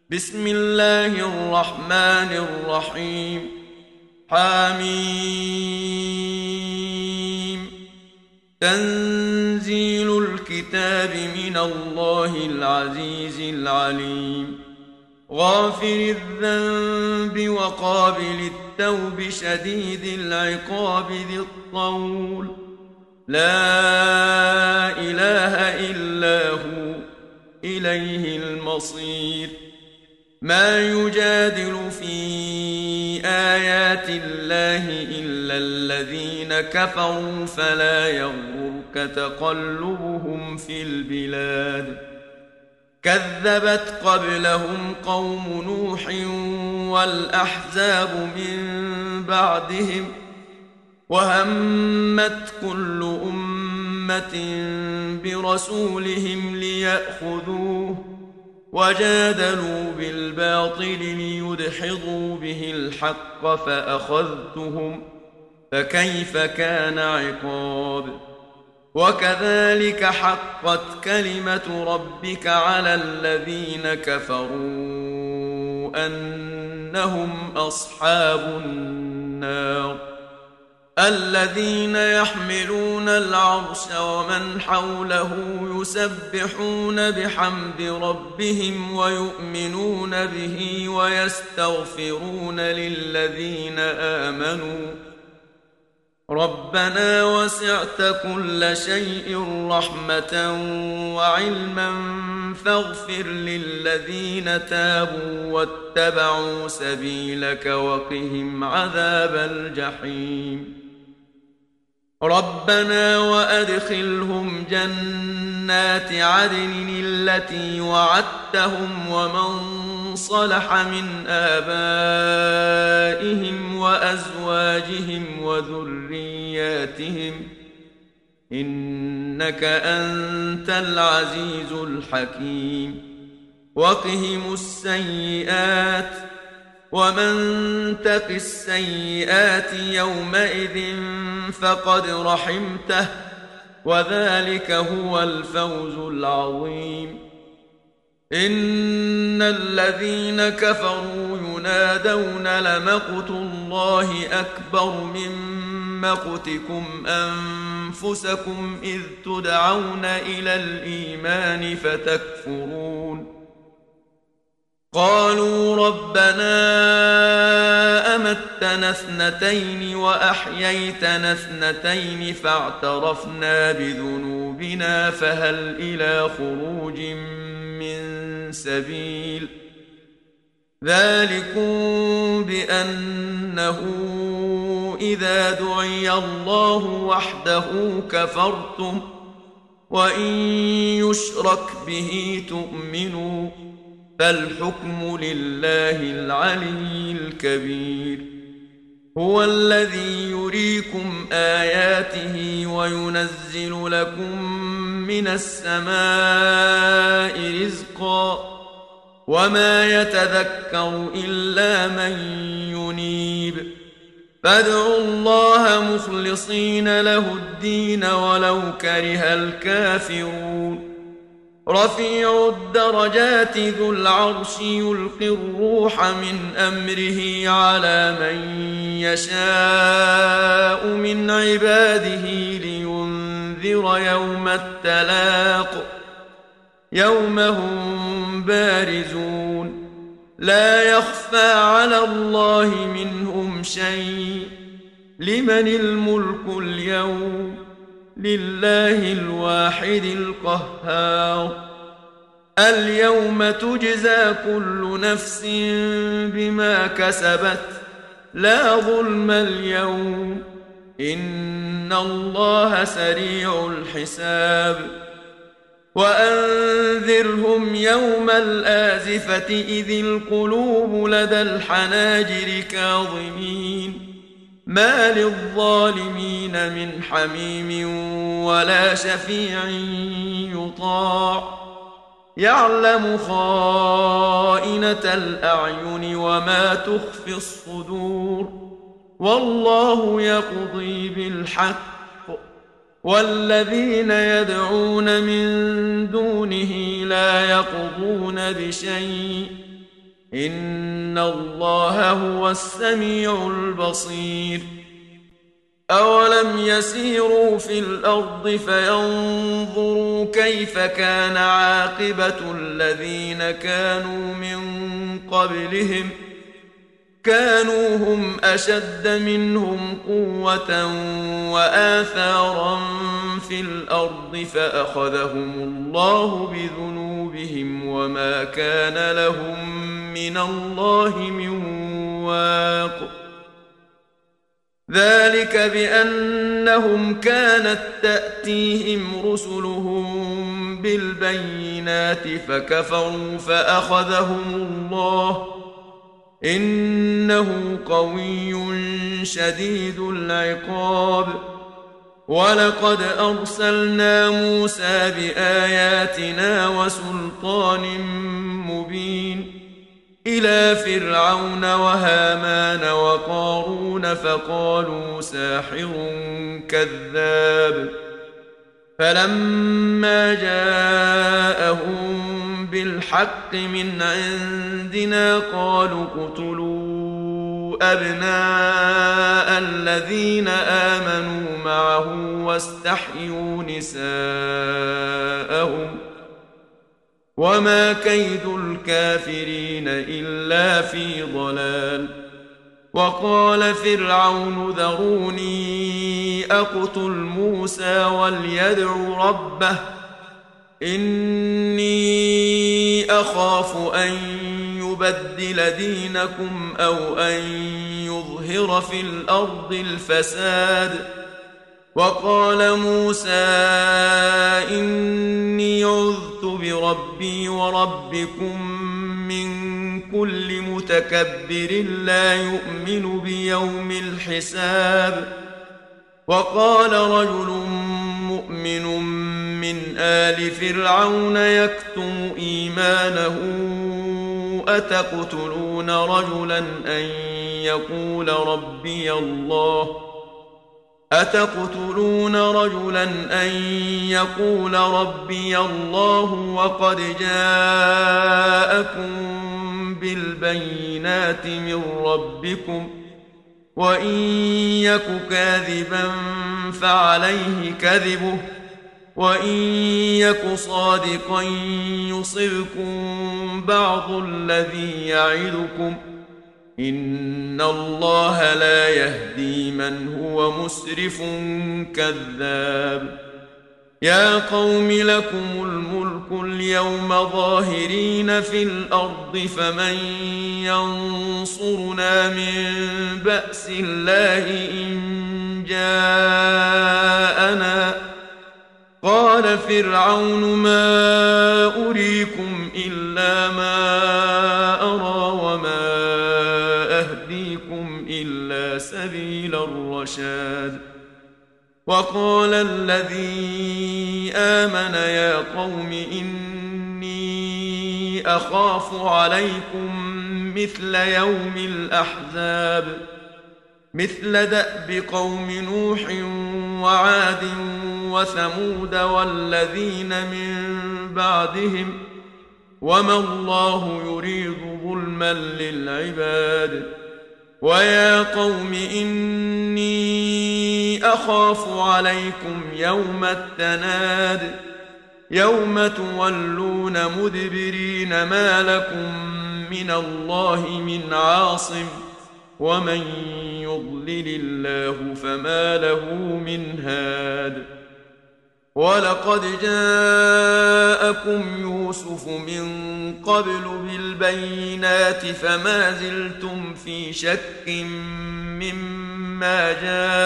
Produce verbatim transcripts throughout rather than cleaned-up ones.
بسم الله الرحمن الرحيم. حميم. تنزيل الكتاب من الله العزيز العليم. غافر الذنب وقابل التوب شديد العقاب ذي الطول. لا إله إلا هو إليه المصير. ما يجادل في آيات الله إلا الذين كفروا فلا يغرك تقلبهم في البلاد. كذبت قبلهم قوم نوح والأحزاب من بعدهم وهمت كل أمة برسولهم ليأخذوه وجادلوا بالباطل ليدحضوا به الحق فأخذتهم فكيف كان عقاب. وكذلك حقت كلمة ربك على الذين كفروا أنهم أصحاب النار. الذين يحملون العرش ومن حوله يسبحون بحمد ربهم ويؤمنون به ويستغفرون للذين آمنوا ربنا وسعت كل شيء رحمة وعلما فاغفر للذين تابوا واتبعوا سبيلك وقهم عذاب الجحيم. ربنا وأدخلهم جنات عدن التي وعدتهم ومن صلح من آبائهم وأزواجهم وذرياتهم إنك أنت العزيز الحكيم. وقهم السيئات ومن تق السيئات يومئذ فقد رحمته وذلك هو الفوز العظيم. إن الذين كفروا ينادون لمقت الله أكبر من مقتكم أنفسكم إذ تدعون إلى الإيمان فتكفرون. قالوا ربنا أمتنا اثنتين وأحييتنا اثنتين فاعترفنا بذنوبنا فهل إلى خروج من سبيل. ذلكم بأنه إذا دعي الله وحده كفرتم وإن يشرك به تؤمنوا فالحكم لله العلي الكبير. هو الذي يريكم آياته وينزل لكم من السماء رزقا وما يتذكر إلا من ينيب. فادعوا الله مخلصين له الدين ولو كره الكافرون. رفيع الدرجات ذو العرش يلقي الروح من أمره على من يشاء من عباده لينذر يوم التلاق يوم هم بارزون لا يخفى على الله منهم شيء. لمن الملك اليوم لله الواحد القهار. اليوم تجزى كل نفس بما كسبت لا ظلم اليوم إن الله سريع الحساب. وأنذرهم يوم الآزفة إذ القلوب لدى الحناجر كاظمين ما للظالمين من حميم ولا شفيع يطاع. يعلم خائنة الأعين وما تخفي الصدور والله يقضي بالحق والذين يدعون من دونه لا يقضون بشيء إن الله هو السميع البصير أولم يسيروا في الأرض فينظروا كيف كان عاقبة الذين كانوا من قبلهم كانوا هم أشد منهم قوة وآثارا في الأرض فأخذهم الله بذنوبهم وما كان لهم من الله من واق ذلك بأنهم كانت تأتيهم رسلهم بالبينات فكفروا فأخذهم الله إنه قوي شديد العقاب ولقد أرسلنا موسى بآياتنا وسلطان مبين إلى فرعون وهامان وقارون فقالوا ساحر كذاب فلما جاءهم بالحق من عندنا قالوا اقتلوا أبناء الذين آمنوا معه واستحيوا نساءهم وما كيد الكافرين إلا في ضلال وقال فرعون ذروني أقتل موسى وليدع ربه إني أخاف أن يبدل دينكم أو أن يظهر في الأرض الفساد وقال موسى إني عذت بربي وربكم من كل متكبر لا يؤمن بيوم الحساب وقال رجل مؤمن من آل فرعون يكتم إيمانه أتقتلون رجلا أن يقول ربي الله أتقتلون رجلا أن يقول ربي الله وقد جاءكم بالبينات من ربكم وإن يك كاذبا فعليه كذبه وإن يك صادقا يصبكم بعض الذي يعدكم إن الله لا يهدي من هو مسرف كذاب يا قوم لكم الملك اليوم ظاهرين في الأرض فمن ينصرنا من بأس الله إن جاءنا قال فرعون ما أريكم إلا ما أرى وما أهديكم إلا سبيل الرشاد وقال الذي آمن يا قوم إني أخاف عليكم مثل يوم الأحزاب مثل دأب قوم نوح وعاد وثمود والذين من بعدهم وما الله يريد ظلما للعباد ويا قوم إني أخاف عليكم يوم التناد يوم تولون مدبرين ما لكم من الله من عاصم ومن يضلل الله فما له من هاد ولقد جاءكم يوسف من قبل بالبينات فما زلتم في شك مما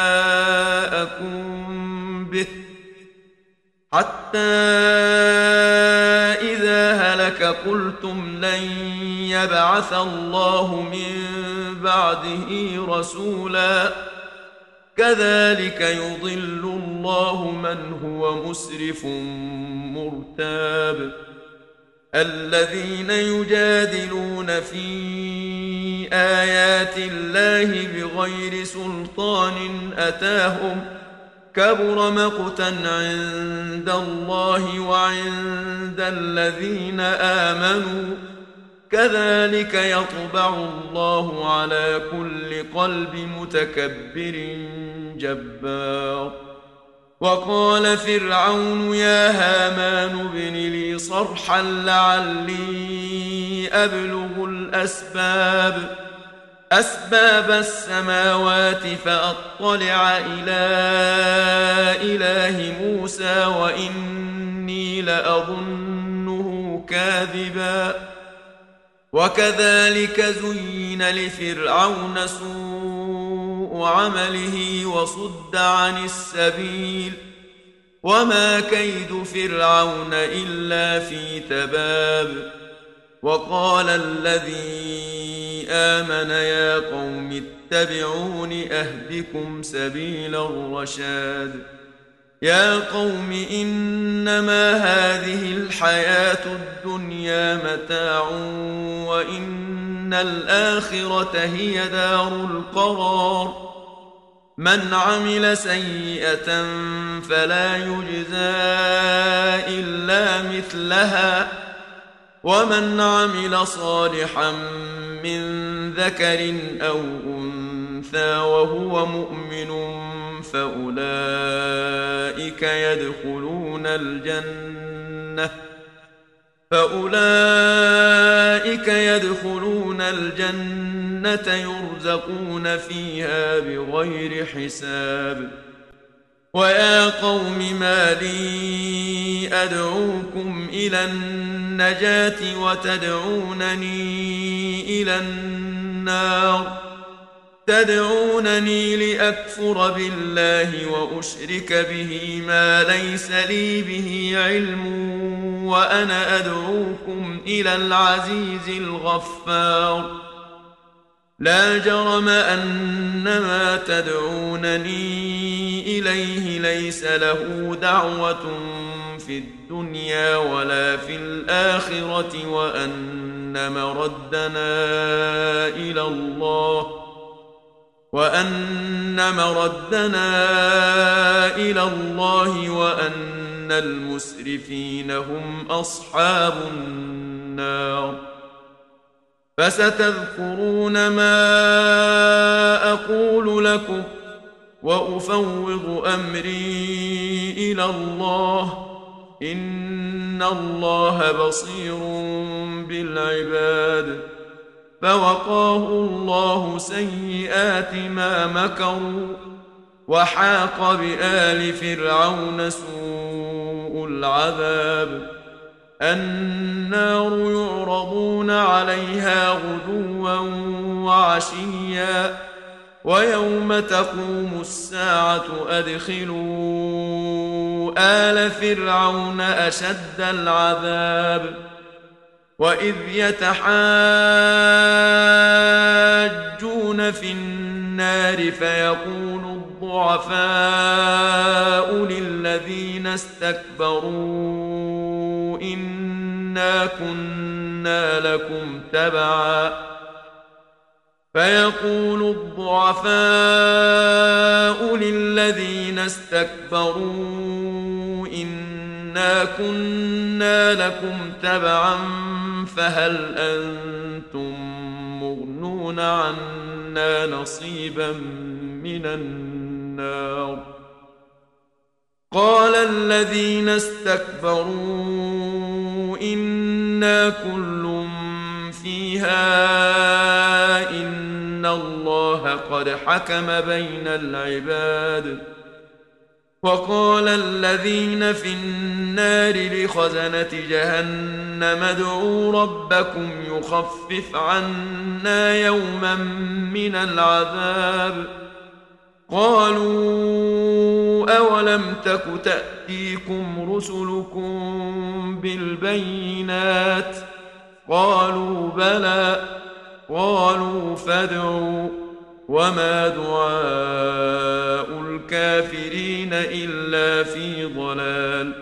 جاءكم به حتى إذا هلك قلتم لن يبعث الله من بعده رسولا كذلك يضل الله من هو مسرف مرتاب الذين يجادلون في آيات الله بغير سلطان أتاهم كبر مقتا عند الله وعند الذين آمنوا كذلك يطبع الله على كل قلب متكبر جبار. وقال فرعون يا هامان ابن لي صرحا لعلي أبلغ الأسباب أسباب السماوات فأطلع إلى إله موسى وإني لأظنه كاذبا. وكذلك زين لفرعون سوء عمله وصد عن السبيل وما كيد فرعون إلا في تباب. وقال الذي آمن يا قوم اتبعون أهدكم سبيل الرشاد. يا قوم إنما هذه الحياة الدنيا متاع وإن الآخرة هي دار القرار. من عمل سيئة فلا يجزى إلا مثلها ومن عمل صالحا من ذكر أو أنثى وهو مؤمن فأولئك يدخلون الجنة فأولئك يدخلون الجنة يرزقون فيها بغير حساب. ويا قوم ما لي أدعوكم إلى النجاة وتدعونني إلى النار تدعونني لأكفر بالله وأشرك به ما ليس لي به علم وأنا أدعوكم إلى العزيز الغفار. لا جرم أن ما تدعونني إليه ليس له دعوة في الدنيا ولا في الآخرة وأن مردنا إلى الله وأن مردنا إلى الله وأن المسرفين هم أصحاب النار. فستذكرون ما أقول لكم وأفوض أمري إلى الله إن الله بصير بالعباد. فوقاه الله سيئات ما مكروا وحاق بآل فرعون سوء العذاب. النار يعرضون عليها غدوا وعشيا ويوم تقوم الساعة أدخلوا آل فرعون أشد العذاب. وإذ يتحاجون في النار فيقول الضعفاء للذين استكبروا إنا كنا لكم تبعا فيقول الضعفاء للذين استكبروا إنا كنا لكم تبعا فهل أنتم مغنون عنا نصيبا من النار. قال الذين استكبروا إنا كل فيها إن الله قد حكم بين العباد. وقال الذين في النار لخزنة جهنم ادعوا ربكم يخفف عنا يوما من العذاب. قالوا أولم تك تأتيكم رسلكم بالبينات قالوا بلى قالوا فادعوا وما دعاء الكافرين إلا في ضلال.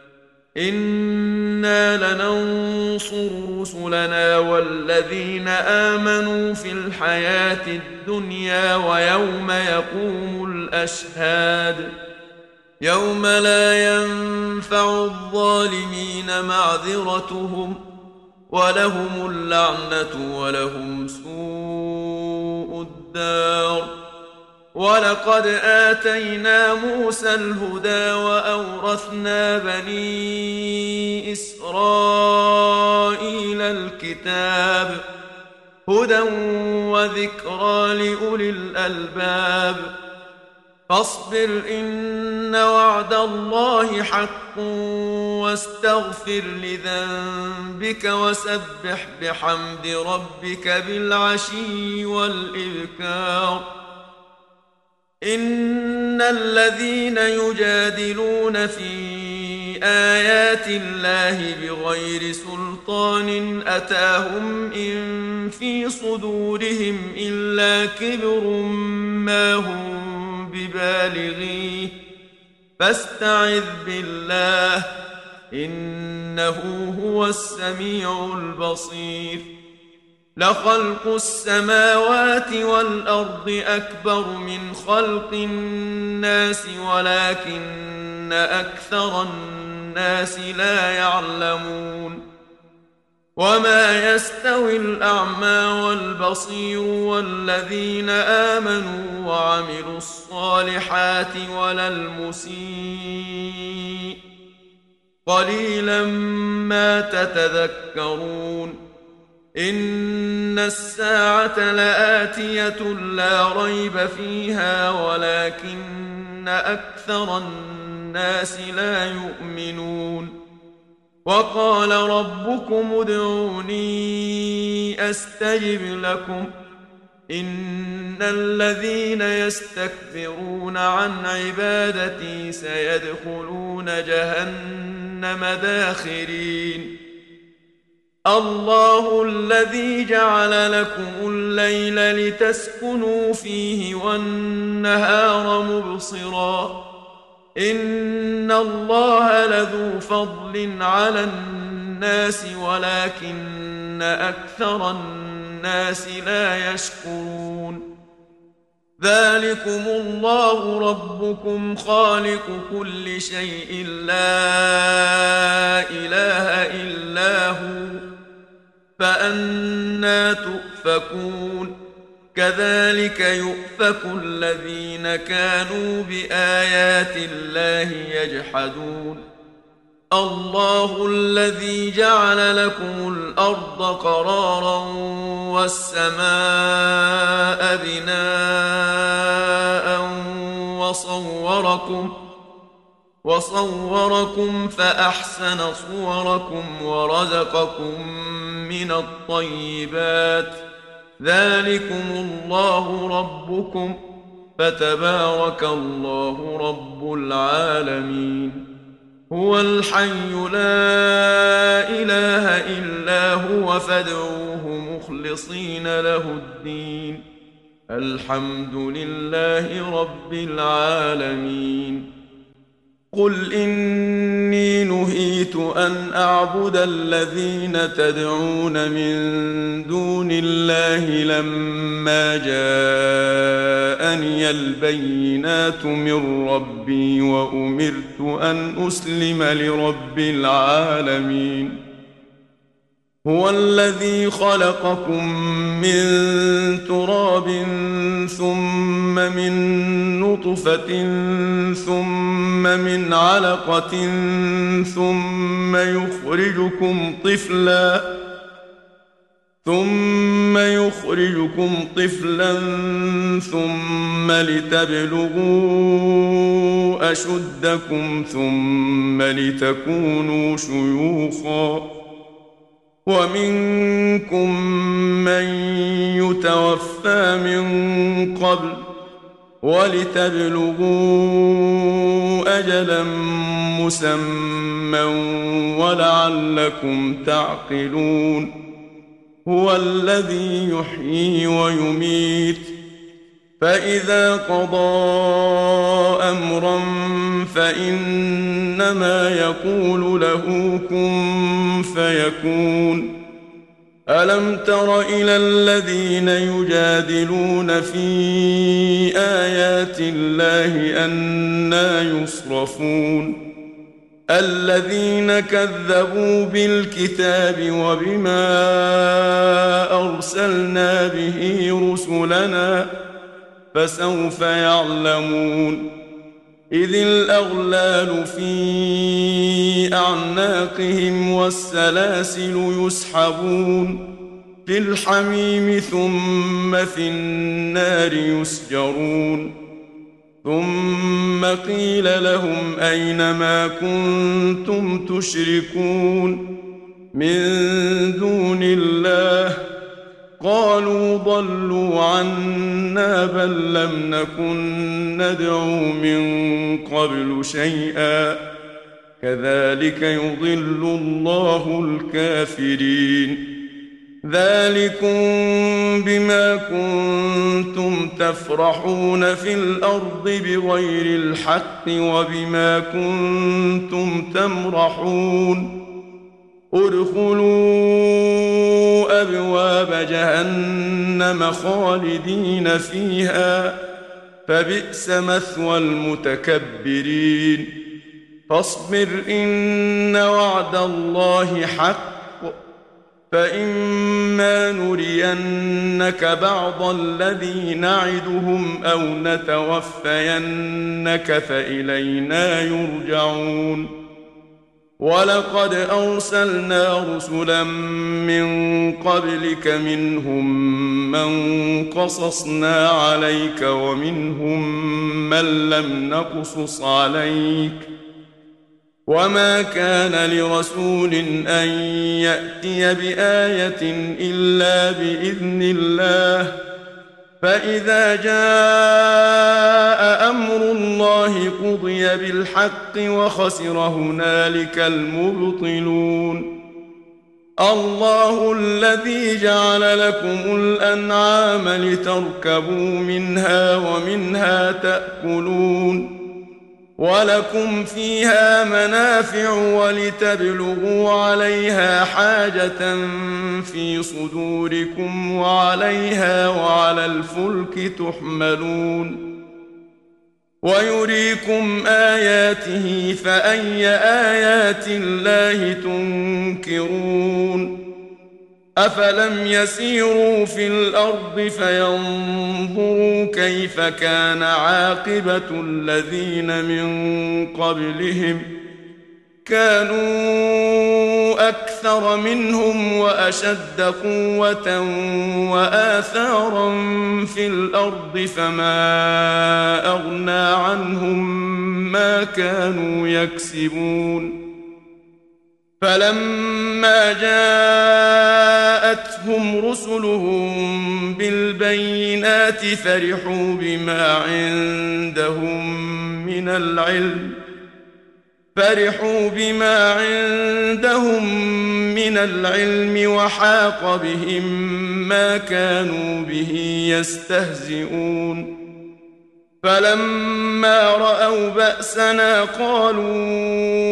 إنا لننصر رسلنا والذين آمنوا في الحياة الدنيا ويوم يقوم الأشهاد. يوم لا ينفع الظالمين معذرتهم ولهم اللعنة ولهم سوء الدار. ولقد آتينا موسى الهدى وأورثنا بني إسرائيل الكتاب هدى وذكرى لأولي الألباب. فاصبر إن وعد الله حق واستغفر لذنبك وسبح بحمد ربك بالعشي والإبكار. إن الذين يجادلون في آيات الله بغير سلطان أتاهم إن في صدورهم إلا كبر ما هم ببالغيه فاستعذ بالله إنه هو السميع البصير. لخلق السماوات والأرض أكبر من خلق الناس ولكن أكثر الناس لا يعلمون. وما يستوي الأعمى والبصير والذين آمنوا وعملوا الصالحات ولا المسيء قليلا ما تتذكرون. إن الساعة لآتية لا ريب فيها ولكن أكثر الناس لا يؤمنون. وقال ربكم ادعوني أستجب لكم إن الذين يستكبرون عن عبادتي سيدخلون جهنم داخرين. الله الذي جعل لكم الليل لتسكنوا فيه والنهار مبصرا إن الله لذو فضل على الناس ولكن أكثر الناس لا يشكرون. ذلكم الله ربكم خالق كل شيء لا إله إلا هو فأنى تؤفكون. كذلك يؤفك الذين كانوا بآيات الله يجحدون. الله الذي جعل لكم الأرض قرارا والسماء بناء وصوركم وصوركم فأحسن صوركم ورزقكم من الطيبات ذلكم الله ربكم فتبارك الله رب العالمين. هو الحي لا إله إلا هو فادعوه مخلصين له الدين الحمد لله رب العالمين. قل إني نهيت أن أعبد الذين تدعون من دون الله لما جاءني البينات من ربي وأمرت أن أسلم لرب العالمين. هو الذي خلقكم من تراب ثم من نطفة ثم من علقة ثم يخرجكم طفلا ثم يخرجكم طفلا ثم لتبلغوا أشدكم ثم لتكونوا شيوخا ومنكم من يتوفى من قبل ولتبلغوا أجلا مسمى ولعلكم تعقلون. هو الذي يحيي ويميت فإذا قضى أمرا فإنما يقول له كن فيكون. ألم تر إلى الذين يجادلون في آيات الله أنى يصرفون الذين كذبوا بالكتاب وبما أرسلنا به رسلنا فسوف يعلمون إذ الأغلال في أعناقهم والسلاسل يسحبون في الحميم ثم في النار يسجرون ثم قيل لهم أين ما كنتم تشركون من دون الله قالوا ضلوا عنا بل لم نكن ندعو من قبل شيئا كذلك يضل الله الكافرين ذلكم بما كنتم تفرحون في الأرض بغير الحق وبما كنتم تمرحون ادخلوا أبواب جهنم خالدين فيها فبئس مثوى المتكبرين فاصبر إن وعد الله حق فإما نرينك بعض الذي نعدهم أو نتوفينك فإلينا يرجعون ولقد أرسلنا رسلا من قبلك منهم من قصصنا عليك ومنهم من لم نقصص عليك وما كان لرسول أن يأتي بآية إلا بإذن الله فإذا جاء أمر الله قضي بالحق وخسر هنالك المبطلون الله الذي جعل لكم الأنعام لتركبوا منها ومنها تأكلون ولكم فيها منافع ولتبلغوا عليها حاجة في صدوركم وعليها وعلى الفلك تحملون ويريكم آياته فأي آيات الله تنكرون أفلم يسيروا في الأرض فينظروا كيف كان عاقبة الذين من قبلهم كانوا أكثر منهم وأشد قوة وآثارا في الأرض فما أغنى عنهم ما كانوا يكسبون فلما جاءتهم رسلهم بالبينات فرحوا بما عندهم من العلم فرحوا بما عندهم من العلم وحاق بهم ما كانوا به يستهزئون فلما رأوا بأسنا قالوا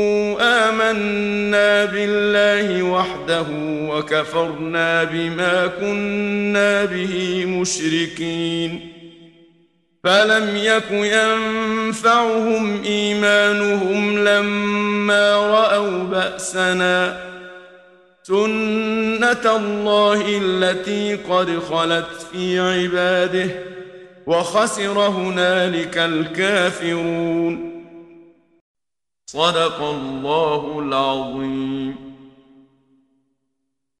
آمنا بالله وحده وكفرنا بما كنا به مشركين فلم يك ينفعهم إيمانهم لما رأوا بأسنا سنة الله التي قد خلت في عباده وخسر هنالك الكافرون صدق الله العظيم.